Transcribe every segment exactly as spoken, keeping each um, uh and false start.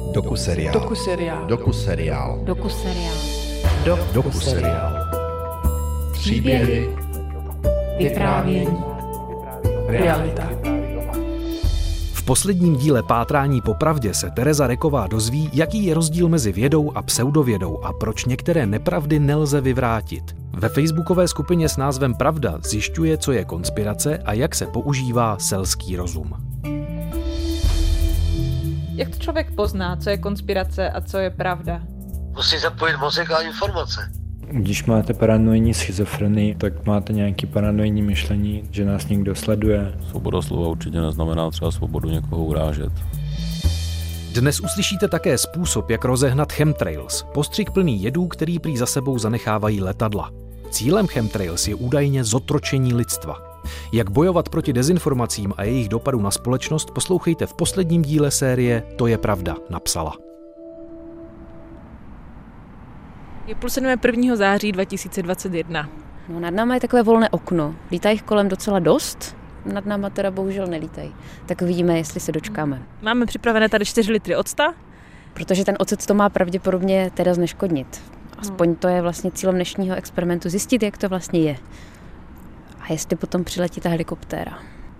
Dokuseriál. Dokuseriál. Dokuseriál. Dokuseriál. Dokuseriál. Příběhy. Vyprávění. Realita. V posledním díle Pátrání po pravdě se Tereza Reková dozví, jaký je rozdíl mezi vědou a pseudovědou a proč některé nepravdy nelze vyvrátit. Ve facebookové skupině s názvem Pravda zjišťuje, co je konspirace a jak se používá selský rozum. Jak to člověk pozná, co je konspirace a co je pravda? Musí zapojit mozek a informace. Když máte paranoidní schizofrenii, tak máte nějaké paranoidní myšlení, že nás někdo sleduje. Svoboda slova určitě neznamená třeba svobodu někoho urážet. Dnes uslyšíte také způsob, jak rozehnat chemtrails, postřik plný jedů, který prý za sebou zanechávají letadla. Cílem chemtrails je údajně zotročení lidstva. Jak bojovat proti dezinformacím a jejich dopadu na společnost, poslouchejte v posledním díle série To je pravda, napsala. Je půl sedmé prvního září dva tisíce dvacet jedna. No, nad náma je takové volné okno. Lítá jich kolem docela dost, nad náma teda bohužel nelítají. Tak uvidíme, jestli se dočkáme. Máme připravené tady čtyři litry octa. Protože ten ocet to má pravděpodobně teda zneškodnit. Aspoň to je vlastně cílem dnešního experimentu, zjistit, jak to vlastně je. A jestli potom přiletí ta helikoptéra.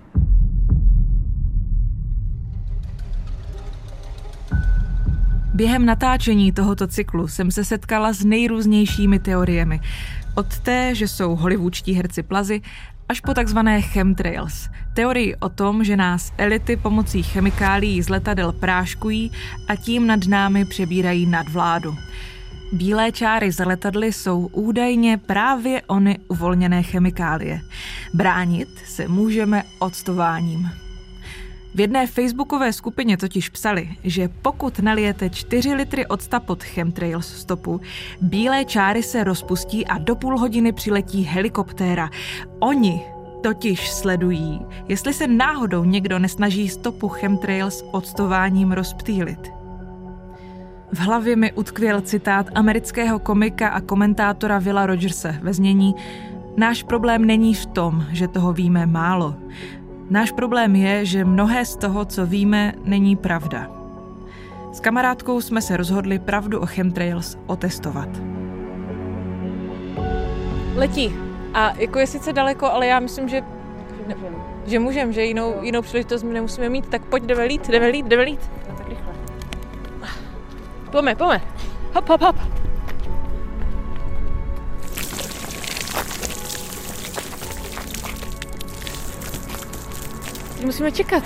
Během natáčení tohoto cyklu jsem se setkala s nejrůznějšími teoriemi. Od té, že jsou hollywoodští herci plazy, až po takzvané chemtrails. Teorii o tom, že nás elity pomocí chemikálií z letadel práškují a tím nad námi přebírají nadvládu. Bílé čáry za letadly jsou údajně právě ony uvolněné chemikálie. Bránit se můžeme octováním. V jedné facebookové skupině totiž psali, že pokud nalijete čtyři litry octa pod chemtrails stopu, bílé čáry se rozpustí a do půl hodiny přiletí helikoptéra. Oni totiž sledují, jestli se náhodou někdo nesnaží stopu chemtrails octováním rozptýlit. V hlavě mi utkvěl citát amerického komika a komentátora Willa Rogerse ve znění: náš problém není v tom, že toho víme málo. Náš problém je, že mnohé z toho, co víme, není pravda. S kamarádkou jsme se rozhodli pravdu o chemtrails otestovat. Letí. A jako je sice daleko, ale já myslím, že, ne, že můžeme, že jinou, jinou příležitost nemusíme mít, tak pojď, jdeme lít, jdeme lít, jdeme lít. No tak rychle. Pojďme, pojďme. Hop, hop, hop. Musíme čekat.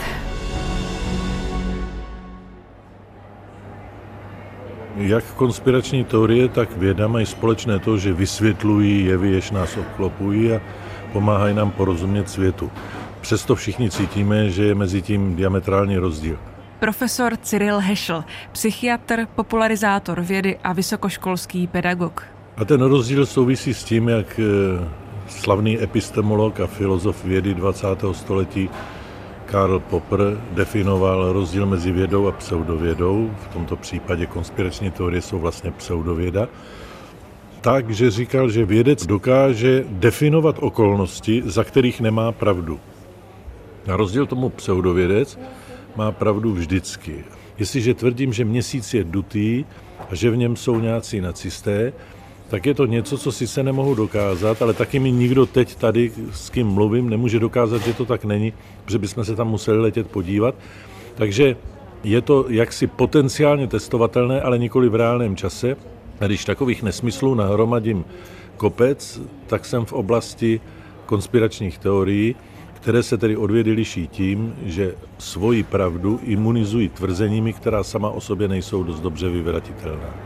Jak konspirační teorie, tak věda mají společné to, že vysvětlují jevy, jež nás obklopují a pomáhají nám porozumět světu. Přesto všichni cítíme, že je mezi tím diametrální rozdíl. Profesor Cyril Heschel, psychiatr, popularizátor vědy a vysokoškolský pedagog. A ten rozdíl souvisí s tím, jak slavný epistemolog a filozof vědy dvacátého století Karl Popper definoval rozdíl mezi vědou a pseudovědou. V tomto případě konspirační teorie jsou vlastně pseudověda. Takže říkal, že vědec dokáže definovat okolnosti, za kterých nemá pravdu. Na rozdíl tomu pseudovědec má pravdu vždycky. Jestliže tvrdím, že měsíc je dutý a že v něm jsou nějací nacisté, tak je to něco, co si se nemohu dokázat, ale taky mi nikdo teď tady, s kým mluvím, nemůže dokázat, že to tak není, protože bychom se tam museli letět podívat. Takže je to jaksi potenciálně testovatelné, ale nikoli v reálném čase. A když takových nesmyslů nahromadím kopec, tak jsem v oblasti konspiračních teorií, které se tedy od vědy liší tím, že svoji pravdu imunizují tvrzeními, která sama o sobě nejsou dost dobře vyvratitelná.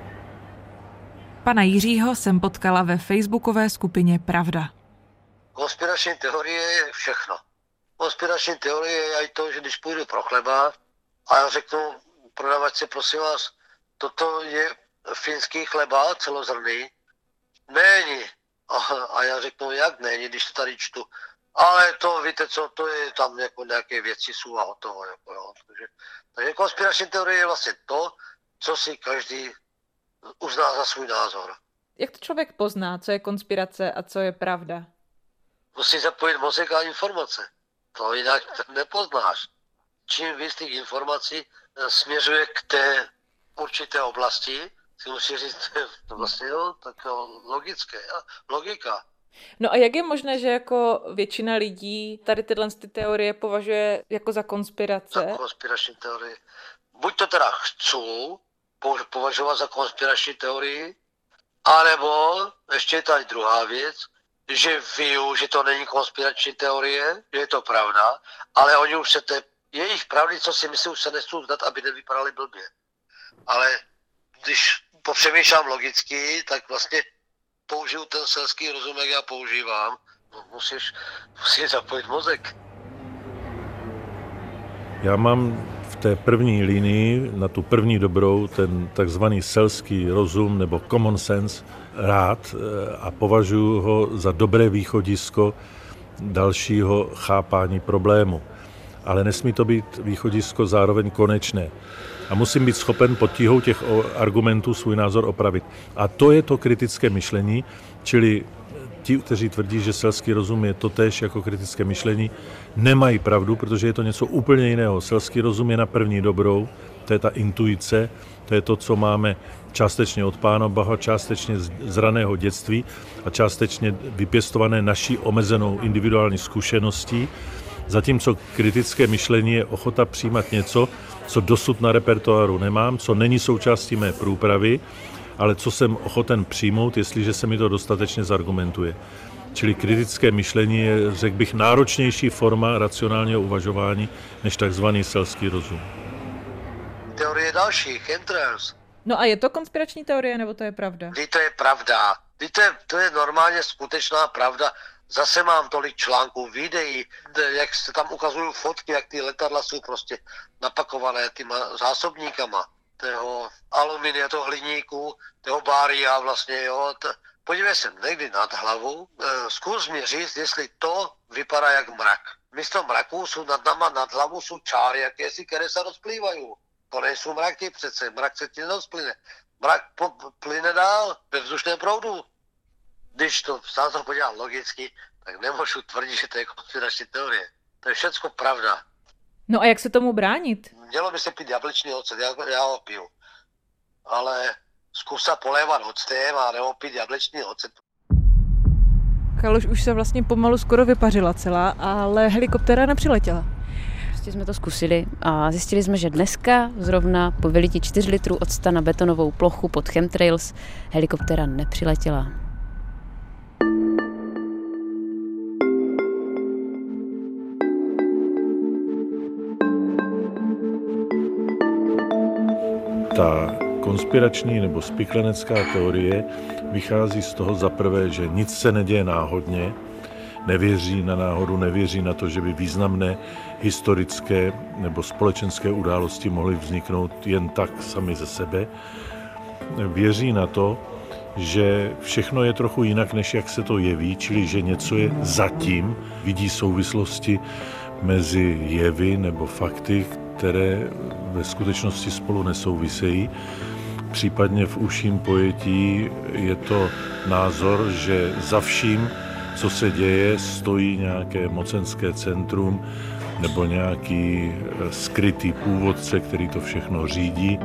Pana Jiřího jsem potkala ve facebookové skupině Pravda. Konspirační teorie je všechno. Konspirační teorie je i to, že když půjdu pro chleba a já řeknu prodavačce, prosím vás, toto je finský chleba celozrnný? Není. A, a já řeknu, jak není, když to tady čtu. Ale to, víte co, to je tam jako nějaké věci jsou a hotovo. Jako, jo. Takže, takže konspirační teorie je vlastně to, co si každý uzná za svůj názor. Jak to člověk pozná, co je konspirace a co je pravda? Musí zapojit mozek a informace. To jinak nepoznáš. čím víc těch informací směřuje k té určité oblasti, si musí říct, to vlastně jo, tak logické, logika. No a jak je možné, že jako většina lidí tady tyhle ty teorie považuje jako za konspirace? Za konspirační teorie. Buď to teda chcou považovat za konspirační teorii, anebo ještě je tady druhá věc, že vím, že to není konspirační teorie, že je to pravda, ale oni už se té jejich pravdy, co si myslí, už se nesou vdat, aby nevypadali blbě. Ale když popřemýšlám logicky, tak vlastně použiju ten selský rozum, jak já používám. No, musíš, musíš zapojit mozek. Já mám v té první linii, na tu první dobrou, ten takzvaný selský rozum nebo common sense rád a považuji ho za dobré východisko dalšího chápání problému. Ale nesmí to být východisko zároveň konečné. A musím být schopen pod tíhou těch argumentů svůj názor opravit. A to je to kritické myšlení, čili ti, kteří tvrdí, že selský rozum je totéž jako kritické myšlení, nemají pravdu, protože je to něco úplně jiného. Selský rozum je na první dobrou, to je ta intuice, to je to, co máme částečně od Pána Boha, částečně z raného dětství a částečně vypěstované naší omezenou individuální zkušeností, zatímco kritické myšlení je ochota přijímat něco, co dosud na repertoáru nemám, co není součástí mé průpravy, ale co jsem ochoten přijmout, jestliže se mi to dostatečně zargumentuje. Čili kritické myšlení je, řekl bych, náročnější forma racionálního uvažování než takzvaný selský rozum. Teorie další, chemtrails. No a je to konspirační teorie, nebo to je pravda? Vždyť to je pravda. Vždyť to je, to je normálně skutečná pravda. Zase mám tolik článků, videí, jak se tam ukazují fotky, jak ty letadla jsou prostě napakované těma zásobníkama. Toho aluminia, toho hliníku, toho bária vlastně, jo. T- podívej se někdy nad hlavu, e, zkus mi říct, jestli to vypadá jak mrak. Místo mraků jsou nad náma, nad hlavou jsou čáry, jakési, které se rozplývají. To nejsou mraky přece, mrak se ti nerozplyne. Mrak po, plyne dál ve vzdušném proudu. Když to sám to podívám logicky, tak nemůžu tvrdit, že to je konspirační teorie. To je všecko pravda. No a jak se tomu bránit? Mělo by se pít jablečný ocet, já, já ho piju. Ale zkus se polévat octem a nebo pít jablečný ocet. Kaluž už se vlastně pomalu skoro vypařila celá, ale helikoptéra nepřiletěla. Prostě jsme to zkusili a zjistili jsme, že dneska zrovna po vylití čtyři litrů octa na betonovou plochu pod chemtrails helikoptéra nepřiletěla. Ta konspirační nebo spiklenecká teorie vychází z toho zaprvé, že nic se neděje náhodně, nevěří na náhodu, nevěří na to, že by významné historické nebo společenské události mohly vzniknout jen tak sami ze sebe. Věří na to, že všechno je trochu jinak, než jak se to jeví, čili že něco je zatím, vidí souvislosti mezi jevy nebo fakty, které ve skutečnosti spolu nesouvisejí. Případně v užším pojetí je to názor, že za vším, co se děje, stojí nějaké mocenské centrum nebo nějaký skrytý původce, který to všechno řídí.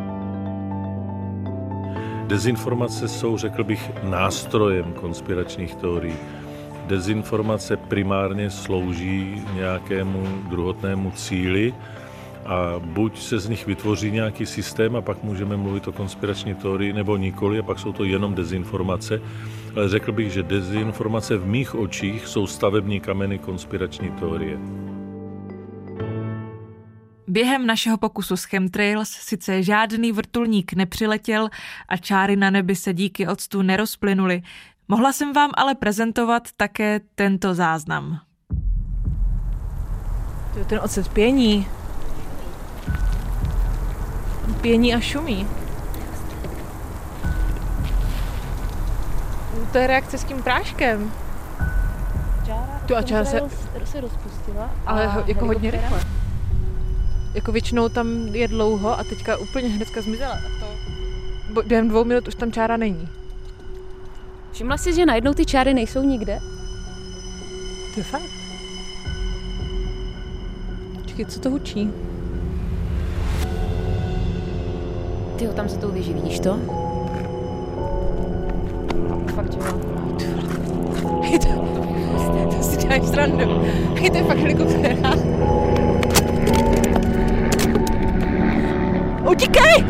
Dezinformace jsou, řekl bych, nástrojem konspiračních teorií. Dezinformace primárně slouží nějakému druhotnému cíli a buď se z nich vytvoří nějaký systém a pak můžeme mluvit o konspirační teorii, nebo nikoli a pak jsou to jenom dezinformace. Ale řekl bych, že dezinformace v mých očích jsou stavební kameny konspirační teorie. Během našeho pokusu s chemtrails sice žádný vrtulník nepřiletěl a čáry na nebi se díky octu nerozplynuly. Mohla jsem vám ale prezentovat také tento záznam. Ten ocet pění. Pění a šumí. To je reakce s tím práškem. Tu a čára se, se rozpustila. ale ho, jako hodně rychle. Jako většinou tam je dlouho a teďka úplně hnedka zmizela. A to během dvou minut už tam čára není. Všimla jsi, že najednou ty čáry nejsou nikde? To je fakt. Čekaj, co to hučí? Tyjo, tam se to uvěží, vidíš to? Fakt, že jo. Hej, to, to si děláš srandu. Hej, to je fakt helikoptéra. Utíkej!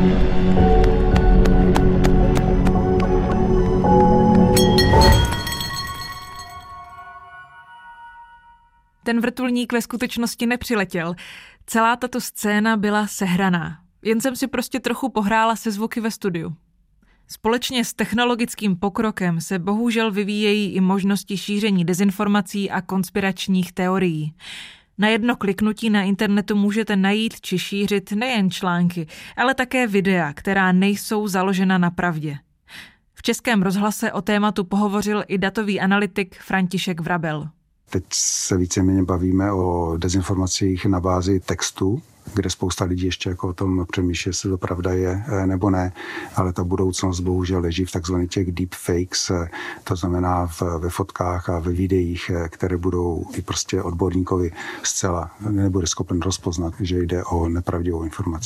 Ten vrtulník ve skutečnosti nepřiletěl. Celá tato scéna byla sehraná. Jen jsem si prostě trochu pohrála se zvuky ve studiu. Společně s technologickým pokrokem se bohužel vyvíjejí i možnosti šíření dezinformací a konspiračních teorií. Na jedno kliknutí na internetu můžete najít či šířit nejen články, ale také videa, která nejsou založena na pravdě. V Českém rozhlase o tématu pohovořil i datový analytik František Vrabel. Teď se víceméně bavíme o dezinformacích na bázi textu, kde spousta lidí ještě jako o tom přemýšlí, jestli to pravda je nebo ne, ale ta budoucnost bohužel leží v takzvaných těch deepfakes, to znamená v, ve fotkách a ve videích, které budou i prostě odborníkovi zcela nebude schopen rozpoznat, že jde o nepravdivou informaci.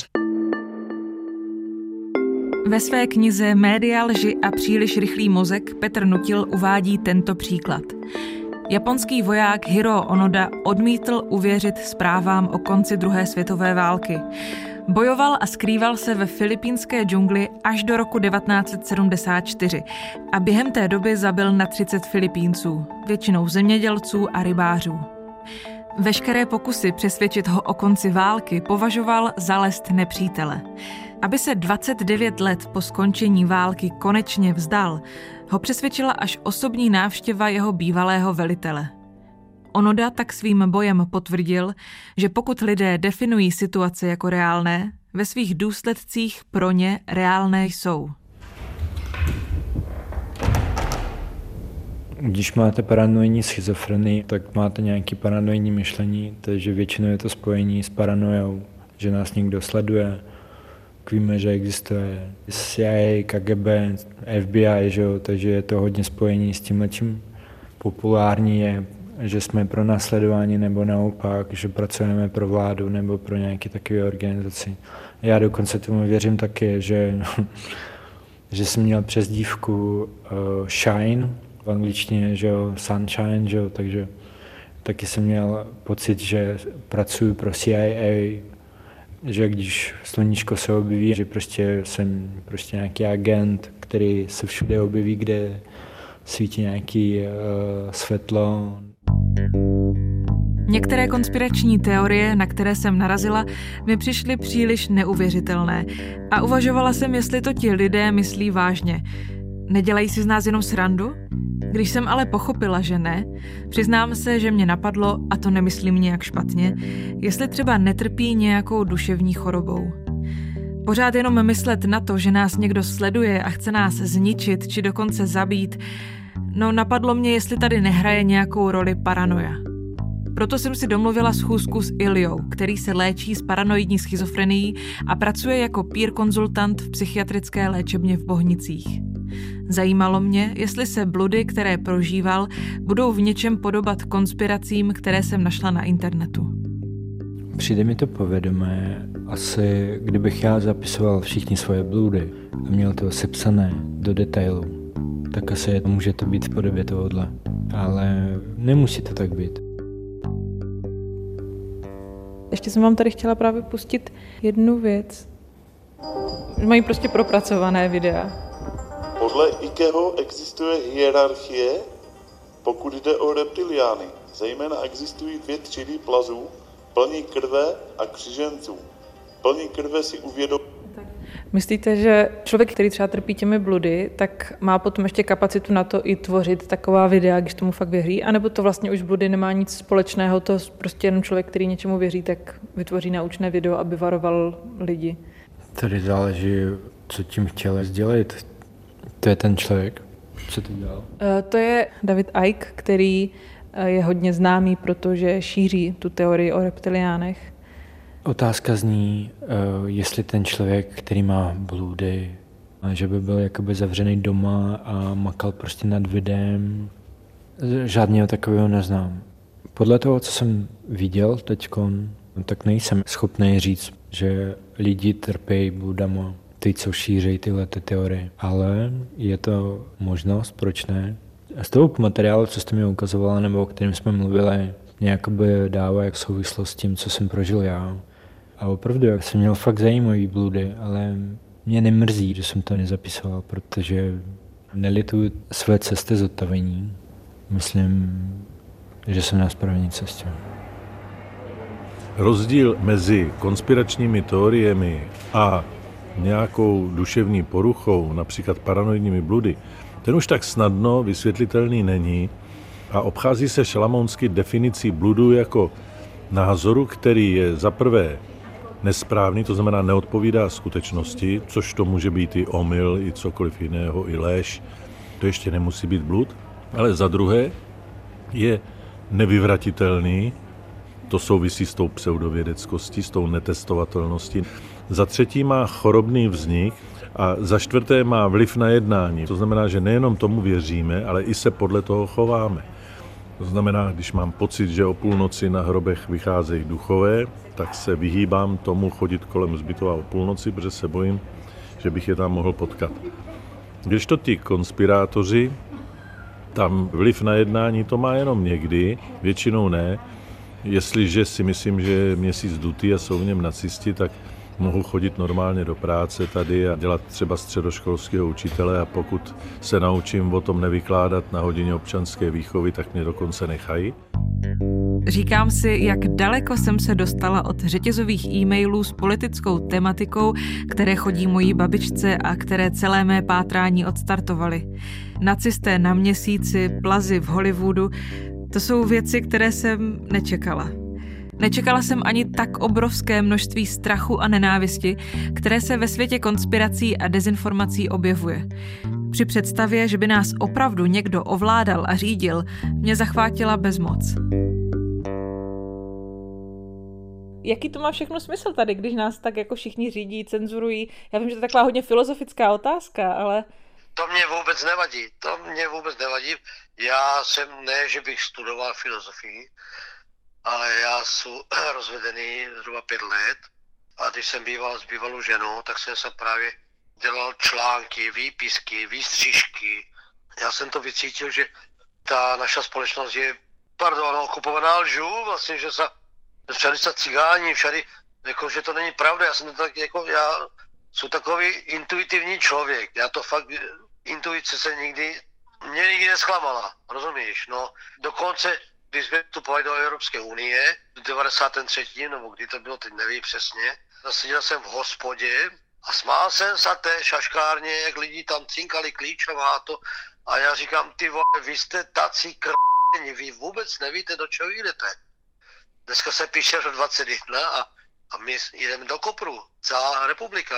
Ve své knize Média, lži a příliš rychlý mozek Petr Nutil uvádí tento příklad. Japonský voják Hiro Onoda odmítl uvěřit zprávám o konci druhé světové války. Bojoval a skrýval se ve filipínské džungli až do roku devatenáct set sedmdesát čtyři a během té doby zabil na třicet Filipínců, většinou zemědělců a rybářů. Veškeré pokusy přesvědčit ho o konci války považoval za lest nepřítele. Aby se dvacet devět let po skončení války konečně vzdal, ho přesvědčila až osobní návštěva jeho bývalého velitele. Onoda tak svým bojem potvrdil, že pokud lidé definují situace jako reálné, ve svých důsledcích pro ně reálné jsou. Když máte paranoidní schizofrenii, tak máte nějaké paranoidní myšlení, takže většinou je to spojení s paranojou, že nás někdo sleduje. Víme, že existuje C I A, K G B, F B I, že jo, takže je to hodně spojení s tímhletím. Populární je, že jsme pro následování nebo naopak, že pracujeme pro vládu nebo pro nějaké takové organizaci. Já dokonce tomu věřím taky, že, že jsem měl přezdívku uh, Shine, v angličtině, že jo, Sunshine, že jo, takže taky jsem měl pocit, že pracuji pro C I A, že když sluníčko se objeví, že prostě jsem prostě nějaký agent, který se všude objeví, kde svítí nějaký uh, světlo. Některé konspirační teorie, na které jsem narazila, mi přišly příliš neuvěřitelné a uvažovala jsem, jestli to ti lidé myslí vážně. Nedělají si z nás jenom srandu? Když jsem ale pochopila, že ne, přiznám se, že mě napadlo, a to nemyslím nějak špatně, jestli třeba netrpí nějakou duševní chorobou. Pořád jenom myslet na to, že nás někdo sleduje a chce nás zničit či dokonce zabít, no napadlo mě, jestli tady nehraje nějakou roli paranoja. Proto jsem si domluvila schůzku s Iliou, který se léčí s paranoidní schizofrenií a pracuje jako peer konzultant v psychiatrické léčebně v Bohnicích. Zajímalo mě, jestli se bludy, které prožíval, budou v něčem podobat konspiracím, které jsem našla na internetu. Přijde mi to povědomé, asi kdybych já zapisoval všichni svoje bludy a měl to sepsané do detailu, tak asi může to být v podobě tohohle. Ale nemusí to tak být. Ještě jsem vám tady chtěla právě pustit jednu věc. Mají prostě propracované videa. Podle Ikeho existuje hierarchie, pokud jde o reptiliány. Zejména existují dvě třídy plazů, plní krve a křiženců. Plní krve si uvědomí. Myslíte, že člověk, který třeba trpí těmi bludy, tak má potom ještě kapacitu na to i tvořit taková videa, když tomu fakt věří? A nebo to vlastně už bludy nemá nic společného, to prostě jenom člověk, který něčemu věří, tak vytvoří naučné video, aby varoval lidi? Tady záleží, co tím chtěl sdělit. To je ten člověk. Co to dělal? To je David Icke, který je hodně známý, protože šíří tu teorii o reptiliánech. Otázka zní, jestli ten člověk, který má bludy, že by byl jakoby zavřený doma a makal prostě nad videem. Žádného takového neznám. Podle toho, co jsem viděl teďkon, tak nejsem schopný říct, že lidi trpějí bludama. ty, co šíří tyhle ty teorie. Ale je to možnost, proč ne? A z toho materiálu, co jste mi ukazovala, nebo o kterém jsme mluvili, mě jakoby dává jak souvislost s tím, co jsem prožil já. A opravdu, jak jsem měl fakt zajímavý bludy, ale mě nemrzí, že jsem to nezapisoval, protože nelituju své cesty zotavení. Myslím, že jsem na správné cestě. Rozdíl mezi konspiračními teoriemi a nějakou duševní poruchou, například paranoidními bludy, ten už tak snadno vysvětlitelný není a obchází se šalamounsky definicí bludu jako názoru, který je zaprvé nesprávný, to znamená neodpovídá skutečnosti, což to může být i omyl, i cokoliv jiného, i lež. To ještě nemusí být blud. Ale za druhé je nevyvratitelný, to souvisí s tou pseudovědeckostí, s tou netestovatelností. Za třetí má chorobný vznik a za čtvrté má vliv na jednání. To znamená, že nejenom tomu věříme, ale i se podle toho chováme. To znamená, když mám pocit, že o půlnoci na hrobech vycházejí duchové, tak se vyhýbám tomu chodit kolem hřbitova o půlnoci, protože se bojím, že bych je tam mohl potkat. Když to ti konspirátoři, tam vliv na jednání to má jenom někdy, většinou ne. Jestliže si myslím, že je měsíc dutý a jsou v něm nacisti, tak mohu chodit normálně do práce tady a dělat třeba středoškolského učitele a pokud se naučím o tom nevykládat na hodině občanské výchovy, tak mě dokonce nechají. Říkám si, jak daleko jsem se dostala od řetězových e-mailů s politickou tematikou, které chodí mojí babičce a které celé mé pátrání odstartovaly. Nacisté na Měsíci, plazy v Hollywoodu, to jsou věci, které jsem nečekala. Nečekala jsem ani tak obrovské množství strachu a nenávisti, které se ve světě konspirací a dezinformací objevuje. Při představě, že by nás opravdu někdo ovládal a řídil, mě zachvátila bezmoc. Jaký to má všechno smysl tady, když nás tak jako všichni řídí, cenzurují? Já vím, že to je taková hodně filozofická otázka, ale... To mě vůbec nevadí, to mě vůbec nevadí. Já jsem, ne, že bych studoval filozofii, ale já jsem rozvedený zhruba pět let a když jsem býval s bývalou ženou, tak jsem se právě dělal články, výpisky, výstřižky. Já jsem to vycítil, že ta naša společnost je, pardon, okupovaná lžů, vlastně, že se všady se cigáni, všady, jako, že to není pravda. Já jsem tak, jako, já jsem takový intuitivní člověk. Já to fakt, intuice se nikdy, mě nikdy nesklamala, rozumíš? No, dokonce, když jsme vstupovali do Evropské unie, v devadesátém třetím nebo kdy to bylo, teď nevím přesně, seděl jsem v hospodě a smál jsem se té šaškárně, jak lidi tam cinkali klíčem a to. A já říkám, ty vole, vy jste tací krvní, vy vůbec nevíte, do čeho jdete. Dneska se píše do dvacet jedna a, a my jdeme do kopru, celá republika.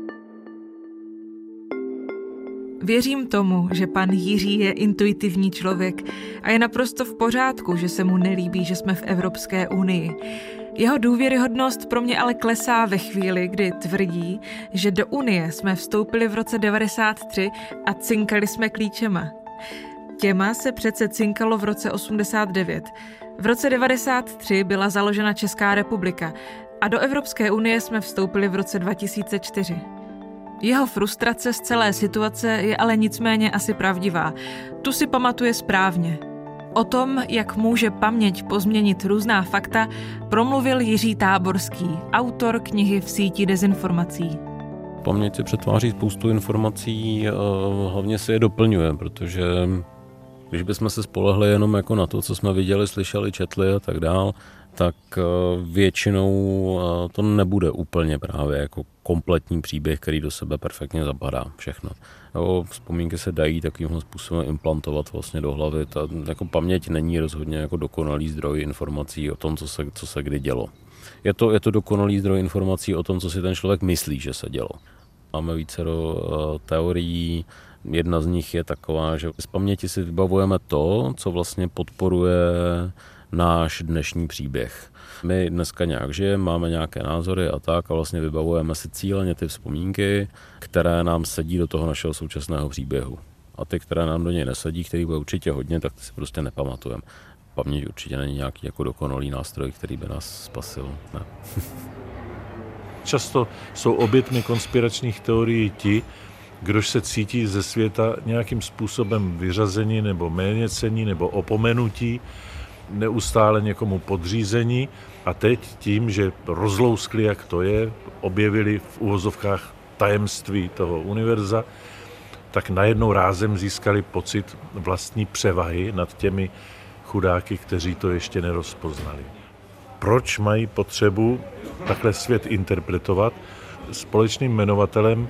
Věřím tomu, že pan Jiří je intuitivní člověk a je naprosto v pořádku, že se mu nelíbí, že jsme v Evropské unii. Jeho důvěryhodnost pro mě ale klesá ve chvíli, kdy tvrdí, že do Unie jsme vstoupili v roce devadesát tři a cinkali jsme klíčema. Těma se přece cinkalo v roce osmdesát devět. V roce devadesát tři byla založena Česká republika a do Evropské unie jsme vstoupili v roce dva tisíce čtyři. Jeho frustrace z celé situace je ale nicméně asi pravdivá. Tu si pamatuje správně. O tom, jak může paměť pozměnit různá fakta, promluvil Jiří Táborský, autor knihy V síti dezinformací. Paměť si přetváří spoustu informací, hlavně si je doplňuje, protože když bychom se spolehli jenom jako na to, co jsme viděli, slyšeli, četli a tak dál, tak většinou to nebude úplně právě jako kompletní příběh, který do sebe perfektně zapadá všechno. Jo, vzpomínky se dají takovým způsobem implantovat vlastně do hlavy. Ta jako paměť není rozhodně jako dokonalý zdroj informací o tom, co se, co se kdy dělo. Je to, je to dokonalý zdroj informací o tom, co si ten člověk myslí, že se dělo. Máme vícero teorií. Jedna z nich je taková, že z paměti si vybavujeme to, co vlastně podporuje náš dnešní příběh. My dneska nějak žijeme, máme nějaké názory a tak a vlastně vybavujeme si cíleně ty vzpomínky, které nám sedí do toho našeho současného příběhu. A ty, které nám do něj nesedí, který bude určitě hodně, tak ty si prostě nepamatujeme. Paměť určitě není nějaký jako dokonalý nástroj, který by nás spasil. Ne. Často jsou obětmi konspiračních teorií ti, kdož se cítí ze světa nějakým způsobem vyřazení nebo méněcení nebo opomenutí, neustále někomu podřízení a teď tím, že rozlouskli, jak to je, objevili v uvozovkách tajemství toho univerza, tak najednou rázem získali pocit vlastní převahy nad těmi chudáky, kteří to ještě nerozpoznali. Proč mají potřebu takhle svět interpretovat? Společným jmenovatelem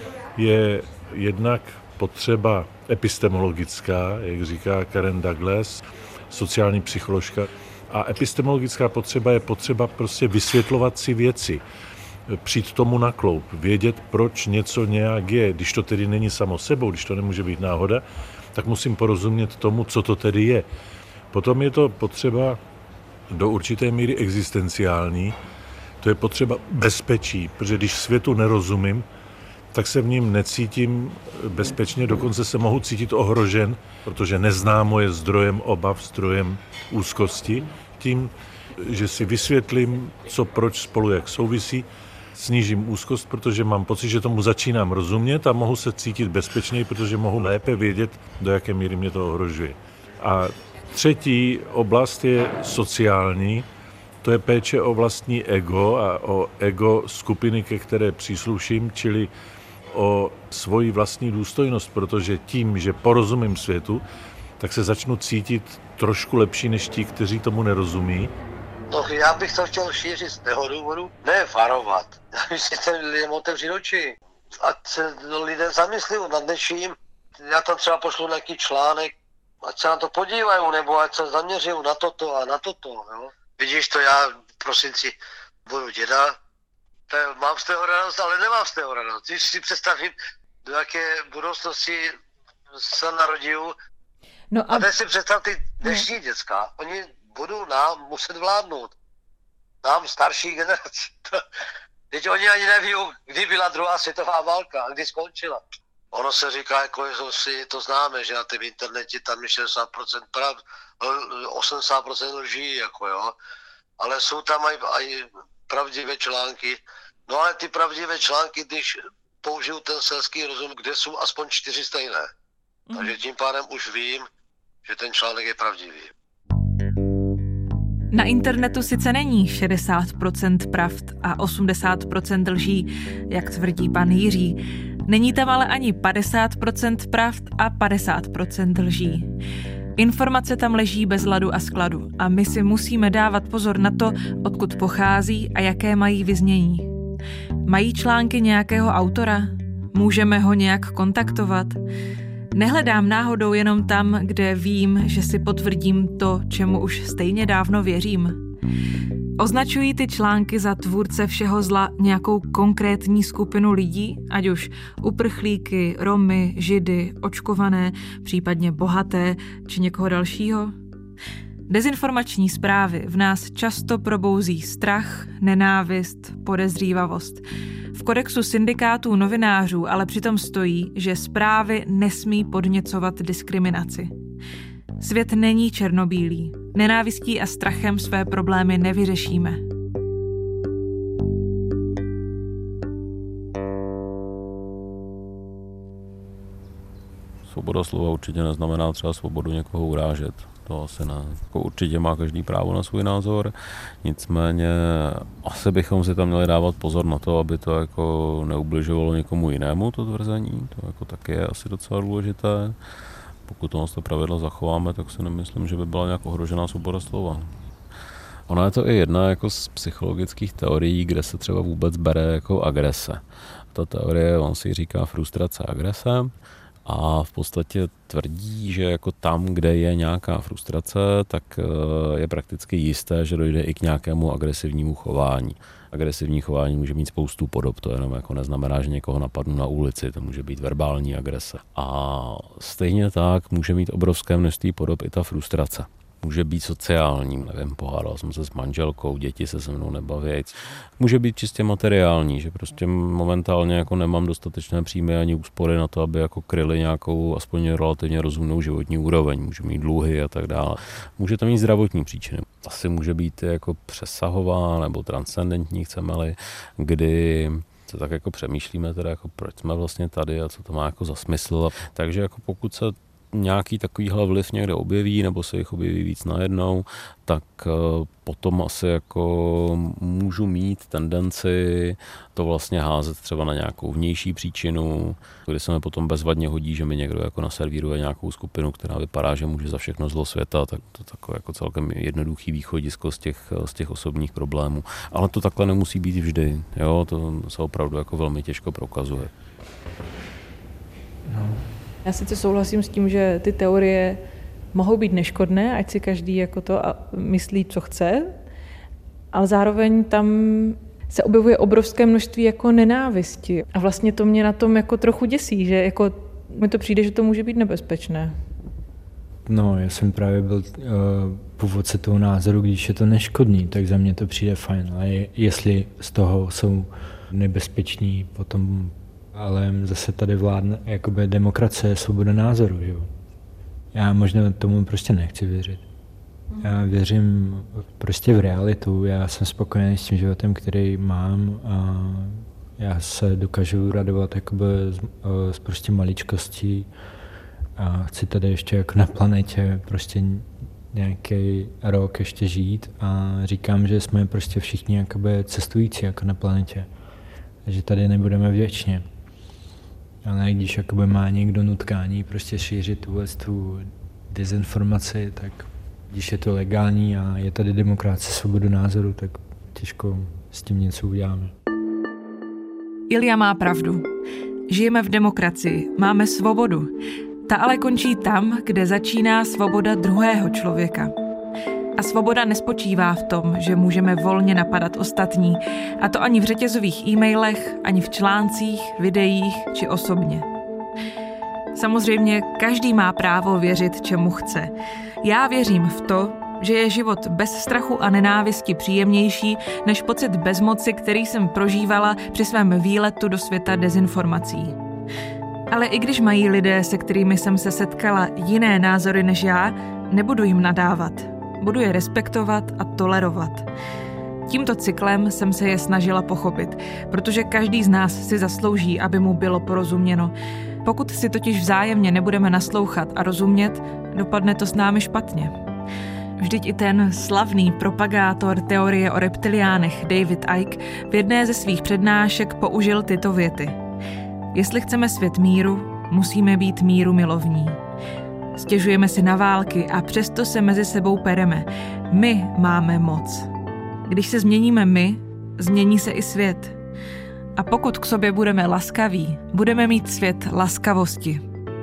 je jednak potřeba epistemologická, jak říká Karen Douglas, sociální psycholožka. A epistemologická potřeba je potřeba prostě vysvětlovat si věci, přijít tomu na kloup, vědět, proč něco nějak je. Když to tedy není samo sebou, když to nemůže být náhoda, tak musím porozumět tomu, co to tedy je. Potom je to potřeba do určité míry existenciální, to je potřeba bezpečí, protože když světu nerozumím, tak se v ním necítím bezpečně, dokonce se mohu cítit ohrožen, protože neznámo je zdrojem obav, zdrojem úzkosti. Tím, že si vysvětlím, co proč spolu jak souvisí, snížím úzkost, protože mám pocit, že tomu začínám rozumět a mohu se cítit bezpečněji, protože mohu lépe vědět, do jaké míry mě to ohrožuje. A třetí oblast je sociální, to je péče o vlastní ego a o ego skupiny, ke které přísluším, čili o svoji vlastní důstojnost, protože tím, že porozumím světu, tak se začnu cítit trošku lepší než ti, kteří tomu nerozumí. No, já bych to chtěl šířit z toho důvodu, ne varovat. Já bych si ten lidem otevřít oči. Ať se lidé zamyslí nad něčím. Já tam třeba pošlu nějaký článek, ať se na to podívají, nebo ať se zaměří na toto a na toto. Jo? Vidíš to, já prosinci budu děda, mám z toho radost, ale nemám z toho radost. Když si představím, do jaké budoucnosti se narodil, no a... a teď si představ ty dnešní no. děcka, oni budou nám muset vládnout. Nám starší generaci. Teď oni ani neví, kdy byla druhá světová válka a kdy skončila. Ono se říká, jako si to známe, že na tom internetě tam je šedesát procent prav, osmdesát procent lží, jako jo. Ale jsou tam i pravdivé články. No ale ty pravdivé články, když použiju ten selský rozum, kde jsou aspoň čtyři stejné. Mm. Takže tím pádem už vím, že ten článek je pravdivý. Na internetu sice není šedesát procent pravd a osmdesát procent lží, jak tvrdí pan Jiří. Není tam ale ani padesát procent pravd a padesát procent lží. Informace tam leží bez ladu a skladu a my si musíme dávat pozor na to, odkud pochází a jaké mají vyznění. Mají články nějakého autora? Můžeme ho nějak kontaktovat? Nehledám náhodou jenom tam, kde vím, že si potvrdím to, čemu už stejně dávno věřím. Označují ty články za tvůrce všeho zla nějakou konkrétní skupinu lidí, ať už uprchlíky, Romy, Židy, očkované, případně bohaté či někoho dalšího? Dezinformační zprávy v nás často probouzí strach, nenávist, podezřívavost. V kodexu syndikátů novinářů ale přitom stojí, že zprávy nesmí podněcovat diskriminaci. Svět není černobílý. Nenávistí a strachem své problémy nevyřešíme. Svoboda slova určitě neznamená třeba svobodu někoho urážet. To asi ne. Jako určitě má každý právo na svůj názor, nicméně asi bychom si tam měli dávat pozor na to, aby to jako neubližovalo někomu jinému, to tvrzení. To jako taky je asi docela důležité. Pokud tohle pravidlo zachováme, tak si nemyslím, že by byla nějak ohrožená svoboda slova. Ona je to i jedna jako z psychologických teorií, kde se třeba vůbec bere jako agrese. Ta teorie, on si říká frustrace agrese a v podstatě tvrdí, že jako tam, kde je nějaká frustrace, tak je prakticky jisté, že dojde i k nějakému agresivnímu chování. Agresivní chování může mít spoustu podob, to jenom jako neznamená, že někoho napadnu na ulici, to může být verbální agrese. A stejně tak může mít obrovské množství podob i ta frustrace. Může být sociální, nevím, pohádal jsem se s manželkou, děti se se mnou nebaví. Může být čistě materiální, že prostě momentálně jako nemám dostatečné příjmy ani úspory na to, aby jako kryli nějakou aspoň relativně rozumnou životní úroveň. Může mít dluhy a tak dále. Může to mít zdravotní příčiny. Asi může být jako přesahová nebo transcendentní, chceme-li, kdy se tak jako přemýšlíme, teda jako proč jsme vlastně tady a co to má jako za smysl. Takže jako pokud se nějaký takovýhle vliv někde objeví, nebo se jich objeví víc najednou, tak potom asi jako můžu mít tendenci to vlastně házet třeba na nějakou vnější příčinu, kdy se mi potom bezvadně hodí, že mi někdo jako naservíruje nějakou skupinu, která vypadá, že může za všechno zlo světa, tak to takové jako celkem jednoduchý východisko z těch, z těch osobních problémů. Ale to takhle nemusí být vždy, jo? To se opravdu jako velmi těžko prokazuje. No. Já sice souhlasím s tím, že ty teorie mohou být neškodné, ať si každý jako to myslí, co chce, ale zároveň tam se objevuje obrovské množství jako nenávisti. A vlastně to mě na tom jako trochu děsí, že jako mi to přijde, že to může být nebezpečné. No, já jsem právě byl uh, původce toho názoru, když je to neškodný, tak za mě to přijde fajn. Ale jestli z toho jsou nebezpeční potom, ale zase tady vládne jakoby demokracie, svoboda názoru, jo. Já možná tomu prostě nechci věřit. Já věřím prostě v realitu, já jsem spokojený s tím životem, který mám a já se dokážu radovat jakoby z, z prostě maličkostí a chci tady ještě jako na planetě prostě nějaký rok ještě žít a říkám, že jsme prostě všichni jakoby cestující jako na planetě, že tady nebudeme věčně. Ale když jakoby má někdo nutkání prostě šířit tuhle tu dezinformaci, tak když je to legální a je tady demokracie, svoboda názoru, tak těžko s tím něco uděláme. Ilja má pravdu. Žijeme v demokracii, máme svobodu. Ta ale končí tam, kde začíná svoboda druhého člověka. A svoboda nespočívá v tom, že můžeme volně napadat ostatní, a to ani v řetězových e-mailech, ani v článcích, videích či osobně. Samozřejmě každý má právo věřit, čemu chce. Já věřím v to, že je život bez strachu a nenávisti příjemnější než pocit bezmoci, který jsem prožívala při svém výletu do světa dezinformací. Ale i když mají lidé, se kterými jsem se setkala, jiné názory než já, nebudu jim nadávat. Budu je respektovat a tolerovat. Tímto cyklem jsem se je snažila pochopit, protože každý z nás si zaslouží, aby mu bylo porozuměno. Pokud si totiž vzájemně nebudeme naslouchat a rozumět, dopadne to s námi špatně. Vždyť i ten slavný propagátor teorie o reptiliánech David Icke v jedné ze svých přednášek použil tyto věty. Jestli chceme svět míru, musíme být míru milovní. Stěžujeme si na války a přesto se mezi sebou pereme. My máme moc. Když se změníme my, změní se i svět. A pokud k sobě budeme laskaví, budeme mít svět laskavosti.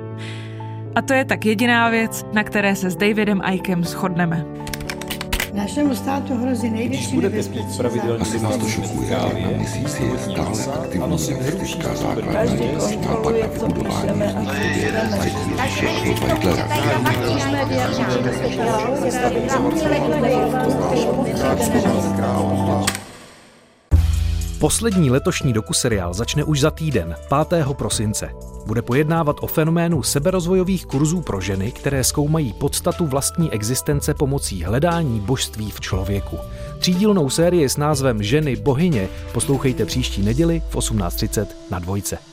A to je tak jediná věc, na které se s Davidem Ickem shodneme. Našemu státu hrozí největší nebezpečí. Asi vás to šokuje, ale myslí si je stále aktivní aktivistická základna nápad na vybudování všechny Hitlera. Poslední letošní dokuseriál začne už za týden, pátého prosince. Bude pojednávat o fenoménu seberozvojových kurzů pro ženy, které zkoumají podstatu vlastní existence pomocí hledání božství v člověku. Třídílnou sérii s názvem Ženy bohyně poslouchejte příští neděli v osmnáct třicet na Dvojce.